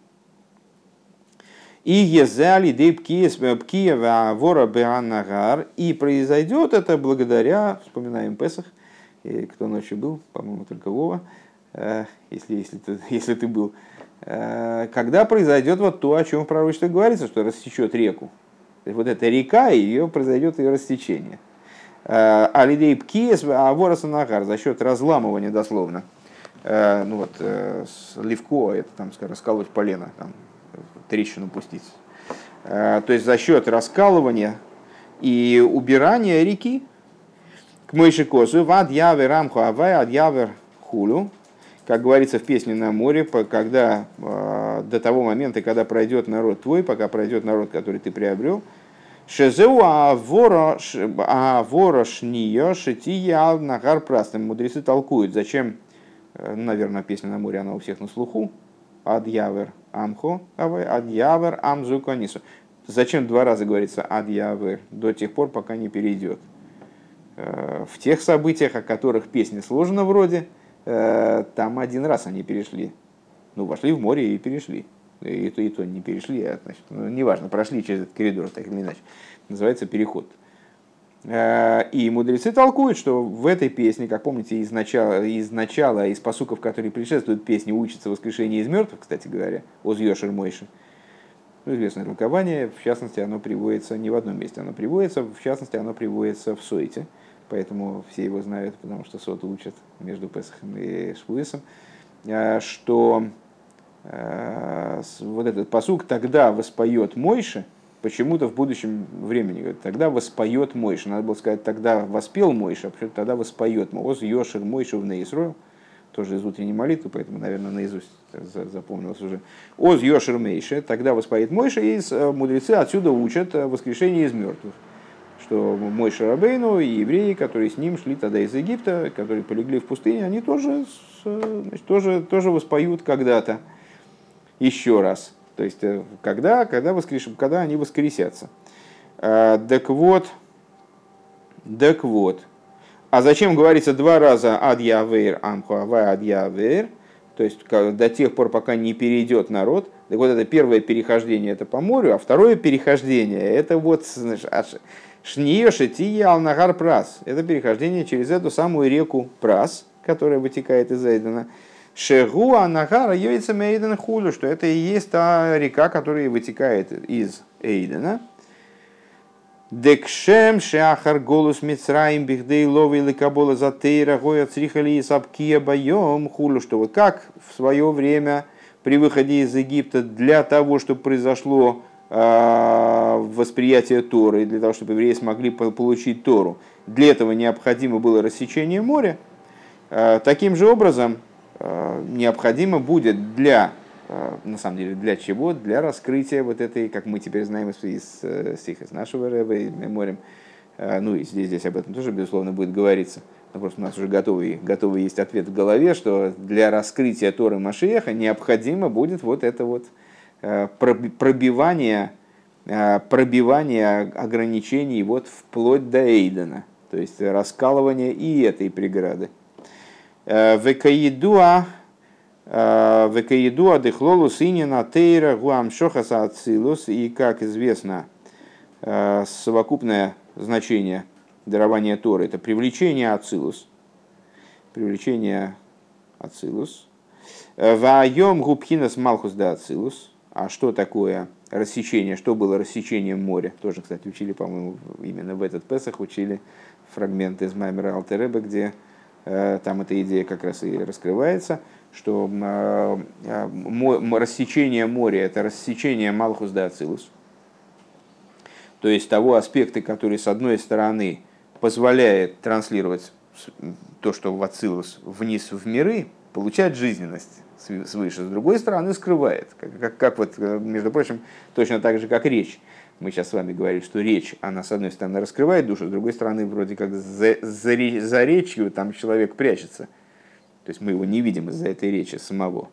И езали дей пкиева вора беанагар, и произойдет это благодаря, вспоминаем Песах, и кто ночью был, по-моему, только Вова, э, если, если, ты, если ты был, когда произойдет вот то, о чем в пророчестве говорится, что рассечет реку. То есть вот эта река, ее произойдет ее рассечение. Алидей пкиес авора нагар, за счет разламывания дословно. Ну вот, ливко, это там, скажем, расколоть полено, там, трещину пустить. То есть за счет раскалывания и убирания реки к Мойше Косу, вад явер рамху авай, ад явер хулю, как говорится в песне на море, когда, до того момента, когда пройдет народ твой, пока пройдет народ, который ты приобрел, Шезеу авора шния шития нагар прасным. Мудрецы толкуют, зачем, наверное, песня на море, она у всех на слуху. Адьявер амхо, адьявер амзу канису. Зачем два раза говорится адьявер? До тех пор, пока не перейдет. В тех событиях, о которых песня сложена вроде, там один раз они перешли. Ну, вошли в море и перешли. И то, и то не перешли, а, значит, ну, неважно, прошли через этот коридор, так или иначе. Называется переход. И мудрецы толкуют, что в этой песне, как помните, из начала, из начала, из пасуков, которые предшествуют песне, учится воскрешение из мертвых, кстати говоря, Оз Йошер Мойши. Ну, известное толкование, в частности, оно приводится не в одном месте, оно приводится, в частности, оно приводится в Сойте, поэтому все его знают, потому что Сот учат между Песахом и Швуисом, что вот этот пасук «тогда воспоет Мойше», почему-то в будущем времени говорит, тогда воспоет Мойше. Надо было сказать, тогда воспел Мойше, а почему-то тогда воспоет Оз Йошер Мойше в Нейсрою. Тоже из утренней молитвы, поэтому, наверное, наизусть запомнилось уже. Оз Йошер Мейше, тогда воспоет Мойше, и мудрецы отсюда учат воскрешение из мертвых. Что Мойше Рабейну и евреи, которые с ним шли тогда из Египта, которые полегли в пустыне, они тоже, значит, тоже, тоже воспоют когда-то. Еще раз. То есть, когда, когда, воскреш... когда они воскресятся. А, так вот, так вот. А зачем говорится два раза ад явейр амху авай ад явейр? То есть, до тех пор, пока не перейдет народ. Так вот, это первое перехождение, это по морю, а второе перехождение, это вот шниеши тия алнагар прас. Это перехождение через эту самую реку Прас, которая вытекает из Эйдена. Шегу анагара йойца мейден хулю, что это и есть та река, которая вытекает из Эйдена. Декшем шахар голос мицраим бихдей лови ликабола затейра гоя црихали сабкия боем хулю, что вот как в свое время при выходе из Египта для того, чтобы произошло э, восприятие Торы, для того, чтобы евреи смогли получить Тору, для этого необходимо было рассечение моря. Э, таким же образом необходимо будет для, на самом деле, для чего? Для раскрытия вот этой, как мы теперь знаем из, из стиха, из нашего Ребе, меморим, ну и здесь, здесь об этом тоже, безусловно, будет говориться, но просто у нас уже готовый, готовый есть ответ в голове, что для раскрытия Торы Машиеха необходимо будет вот это вот пробивание, пробивание ограничений вот вплоть до Эйдена, то есть раскалывание и этой преграды. Векаидуа Векаидуа дехлолу синина тейра гуам шохаса ацилус. И, как известно, совокупное значение дарования Торы — это привлечение ацилус. Привлечение ацилус. Ваайом губхинас малхус да ацилус. А что такое рассечение? Что было рассечением моря? Тоже, кстати, учили, по-моему, именно в этот Песах учили фрагмент из Маймера Алтер Ребе, где там эта идея как раз и раскрывается, что рассечение моря — это рассечение Малхус да Ацилус, то есть того аспекта, который, с одной стороны, позволяет транслировать то, что в Ацилус, вниз в миры, получать жизненность свыше, с другой стороны, скрывает. Как, как, как вот, между прочим, точно так же, как речь. Мы сейчас с вами говорим, что речь, она, с одной стороны, раскрывает душу, с другой стороны, вроде как за, за, за речью там человек прячется. То есть мы его не видим из-за этой речи самого.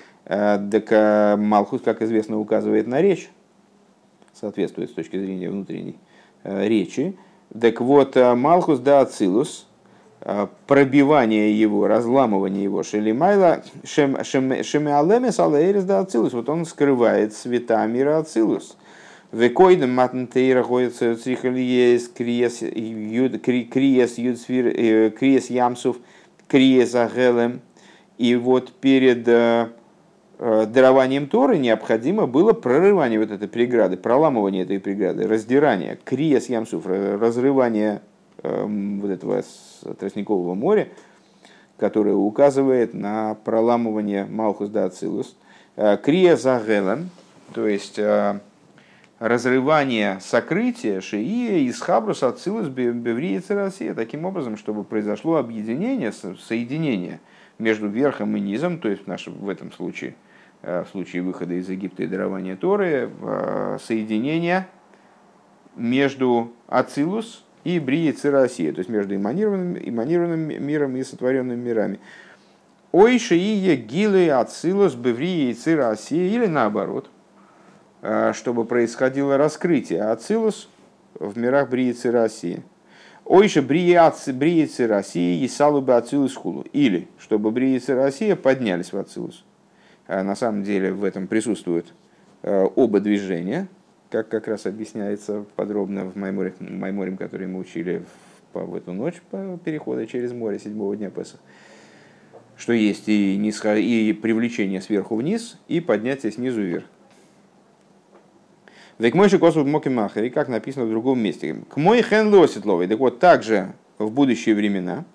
Так Малхус, как известно, указывает на речь, соответствует с точки зрения внутренней речи. Так вот, Малхус да Ацилус, пробивание его, разламывание его, Шелимайла, Шемеалемес алэйрес да Ацилус, вот он скрывает света мира Ацилус. Векойдем матнтейра ходится црихалиес криес криес юдсфир криес ямсов криес агелем. И вот перед дарованием Торы необходимо было прорывание вот этой преграды, проламывание этой преграды, раздирание, криес ямсов, разрывание вот этого тростникового моря, которое указывает на проламывание Малхус да Ацилус. Криес агелем, то есть разрывание сокрытия шиия из хабрус ацилус бевриица Россия, таким образом, чтобы произошло объединение, соединение между верхом и низом, то есть в, нашем, в этом случае, в случае выхода из Египта и дарования Торы, соединение между Ацилус и Брии Цирасия, то есть между эманированным, эманированным миром и сотворенными мирами. Ойши и Гилы Ацилус Беврии Цирасия, или наоборот, чтобы происходило раскрытие Ацилус в мирах Брии Цирасия. Ойши Брии Цирасия и Салубе Ацилус Хулу, или чтобы Брии Цирасия поднялись в Ацилус. На самом деле в этом присутствуют оба движения, как как раз объясняется подробно в Майморе, Майморем, который мы учили в, в эту ночь по переходу через море седьмого дня Песах, что есть и, нисхо, и привлечение сверху вниз, и поднятие снизу вверх. Век мой шикосу мокимахери, как написано в другом месте. К мой хен лоситловый. Так вот, также в будущие времена,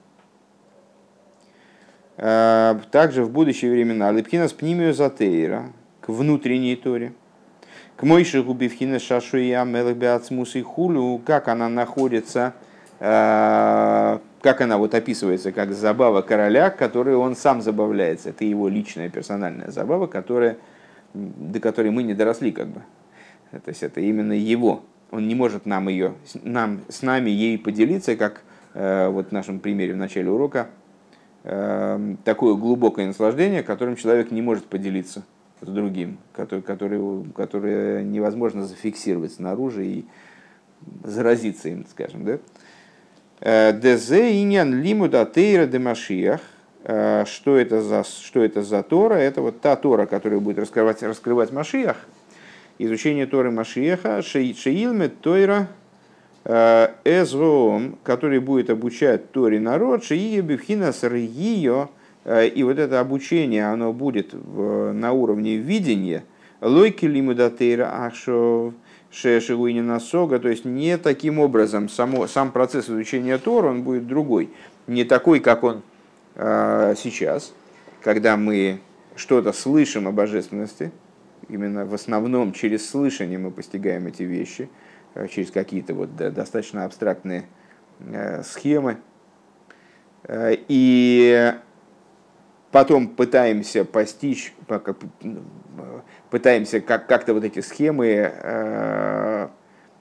также в будущие времена, липхина с пнимию затейра, к внутренней торе, к мойши губивхина шашуя мелбиацмус и хулю, как она находится, как она вот описывается, как забава короля, которой он сам забавляется. Это его личная персональная забава, которая, до которой мы не доросли, как бы. То есть это именно его. Он не может нам ее, нам, с нами ей поделиться, как вот в нашем примере в начале урока, такое глубокое наслаждение, которым человек не может поделиться с другим, который, который, которое невозможно зафиксировать снаружи и заразиться им, скажем, да? Дезе иньян лимуда тейра де Машиах. Что это за, что это за Тора? Это вот та Тора, которая будет раскрывать, раскрывать Машиах. Изучение Торы Машиаха, Шеилме Тойра Эзвоом, который будет обучать Торе народ, Шеия Бивхина Саргио. И вот это обучение, оно будет в, на уровне видения, лойки лимудатейра ахшов шешигуинина сога, то есть не таким образом, само, сам процесс изучения Тора, он будет другой, не такой, как он э, сейчас, когда мы что-то слышим о божественности, именно в основном через слышание мы постигаем эти вещи, э, через какие-то вот да, достаточно абстрактные э, схемы, э, и потом пытаемся постичь, пытаемся как- как-то вот эти схемы э,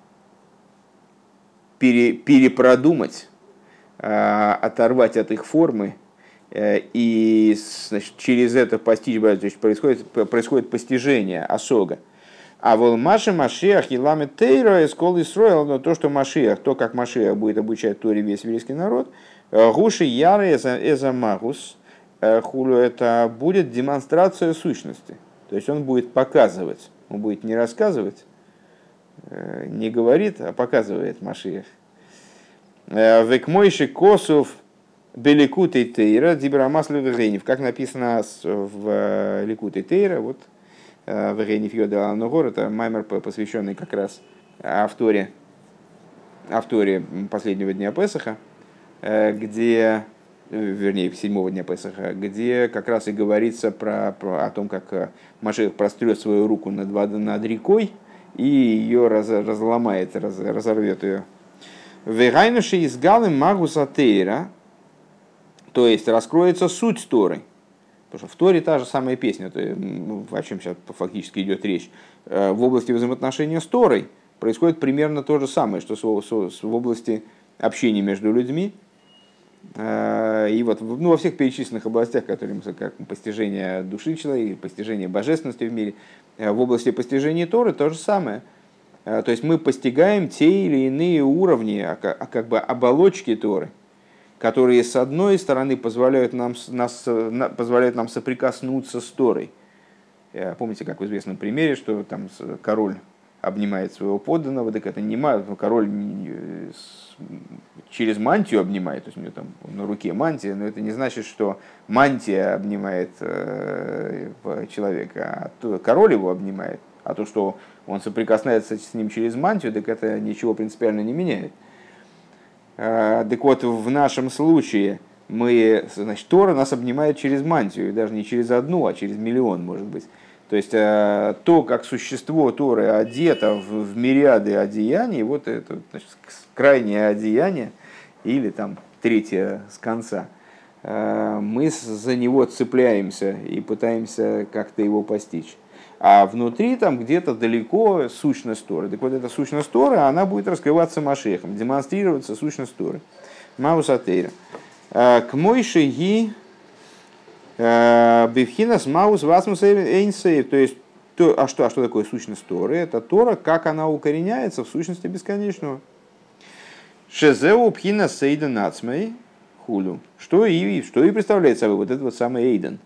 пере, перепродумать, э, оторвать от их формы, э, и значит, через это постичь, то есть происходит, происходит постижение осога. А вол Маши Машиах и Ламет Тейра из Кол Исроэл, но то, что Машиах, то, как Машиах будет обучать Торе весь еврейский народ, Гуши Яры Эза Магус, хулю, это будет демонстрация сущности. То есть он будет показывать, он будет не рассказывать, не говорит, а показывает Машиах. Векмойши Косов Беликутой Тейра Дибрамас Левегенев, как написано в Ликутой Тейра, вот Вегенев Йода Аногор, это маймер, посвященный как раз авторе, авторе последнего дня Песаха, где, вернее, седьмого дня Песаха, где как раз и говорится про, про, о том, как Машиах прострет свою руку над, над рекой и ее раз, разломает, раз, разорвет ее. Вегайнуши из Галы Магуса Тейра, то есть раскроется суть Торы. Потому что в Торе та же самая песня, то, о чем сейчас фактически идет речь. В области взаимоотношения с Торой происходит примерно то же самое, что в области общения между людьми. И вот ну, во всех перечисленных областях, которые как постижение души человека, постижение божественности в мире, в области постижения Торы то же самое. То есть мы постигаем те или иные уровни, как бы оболочки Торы, которые с одной стороны позволяют нам, нас, позволяют нам соприкоснуться с Торой. Помните, как в известном примере, что там король обнимает своего подданного, так это не король через мантию обнимает, то есть у него там на руке мантия, но это не значит, что мантия обнимает человека, а король его обнимает, а то, что он соприкасается с ним через мантию, так это ничего принципиально не меняет. Так вот, в нашем случае мы, значит, Тора нас обнимает через мантию, и даже не через одну, а через миллион, может быть. То есть то, как существо Торы одето в, в мириады одеяний, вот это, значит, крайнее одеяние, или там третье с конца, мы за него цепляемся и пытаемся как-то его постичь. А внутри там где-то далеко сущность Торы. Так вот эта сущность Торы, она будет раскрываться Машиахом, демонстрироваться сущность Торы. Маус Атейра. К Мойше ги бифхинас маус васмус эйнсейв. То есть, то, а, что, а что такое сущность Торы? Это Тора, как она укореняется в сущности бесконечного. Шезеу пхина сейден ацмей хулю. Что и, что и представляет собой вот этот вот самый Эйден.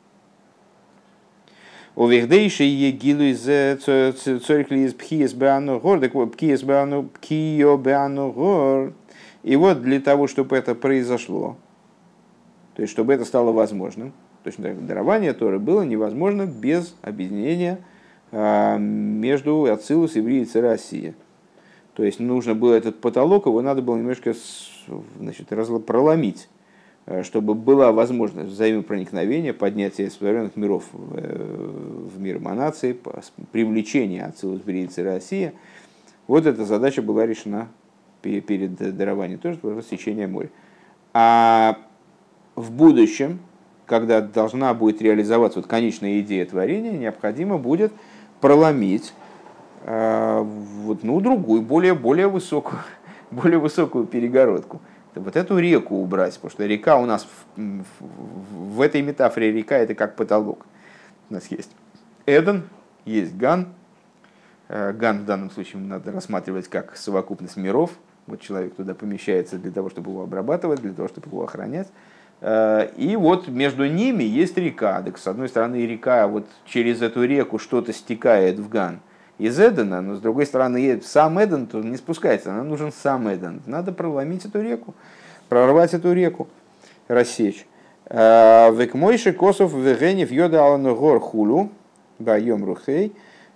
У вехдейши егилу из цорикли из пхиес беану гор, так вот пхиес беану пхио беану гор. И вот для того, чтобы это произошло, то есть чтобы это стало возможным, то есть дарование Торы было невозможно без объединения между Ацилус и Бриица Россия. То есть нужно было этот потолок, его надо было немножко, значит, проломить, чтобы была возможность взаимопроникновения, поднятия сотворенных миров в мир эманации, привлечения Ацилус, Бриица Россия. Вот эта задача была решена перед дарованием, тоже рассечение моря. А в будущем, когда должна будет реализоваться вот конечная идея творения, необходимо будет проломить э, вот, ну, другую, более, более, высокую, более высокую перегородку. Вот эту реку убрать, потому что река у нас в, в, в этой метафоре река это как потолок. У нас есть Эден, есть Ган. Ган в данном случае надо рассматривать как совокупность миров. Вот человек туда помещается для того, чтобы его обрабатывать, для того, чтобы его охранять. И вот между ними есть река. Так, с одной стороны, река, вот через эту реку что-то стекает в Ган из Эдена, но с другой стороны, сам Эден то не спускается, нам нужен сам Эден. Надо проломить эту реку, прорвать эту реку, рассечь. Векмойши косов вегенев йода аланогор хулу, байом рухей.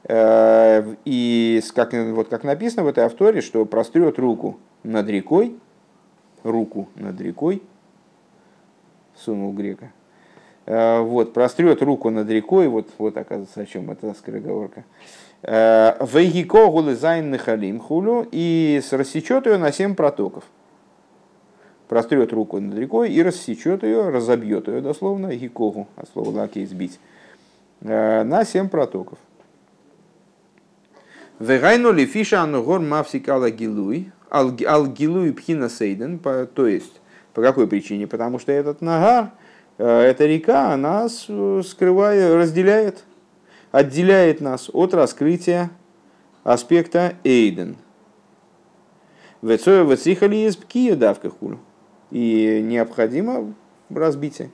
И как, вот как написано в этой авторе, что прострет руку над рекой, руку над рекой, сунул грека, вот, прострет руку над рекой, вот, вот оказывается, о чем эта скороговорка, вейгико гулызайн нахалим хулю, и рассечет ее на семь протоков. Прострет руку над рекой и рассечет ее, разобьет ее дословно, гикогу, от слова лаки избить, на семь протоков. Вегайну ли фиша анугор мавсикала гилуй, ал гилуй пхина сейден, то есть, по какой причине? Потому что этот нагар, эта река, она скрывает, разделяет, отделяет нас от раскрытия аспекта эйден. Вецоя вецихали из пкия давка хулю. И необходимо разбитие.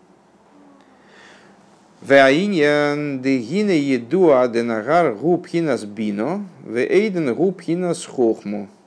Веаиньян дегине едуа денагар губхинас бино, веэйден губхинас хохму.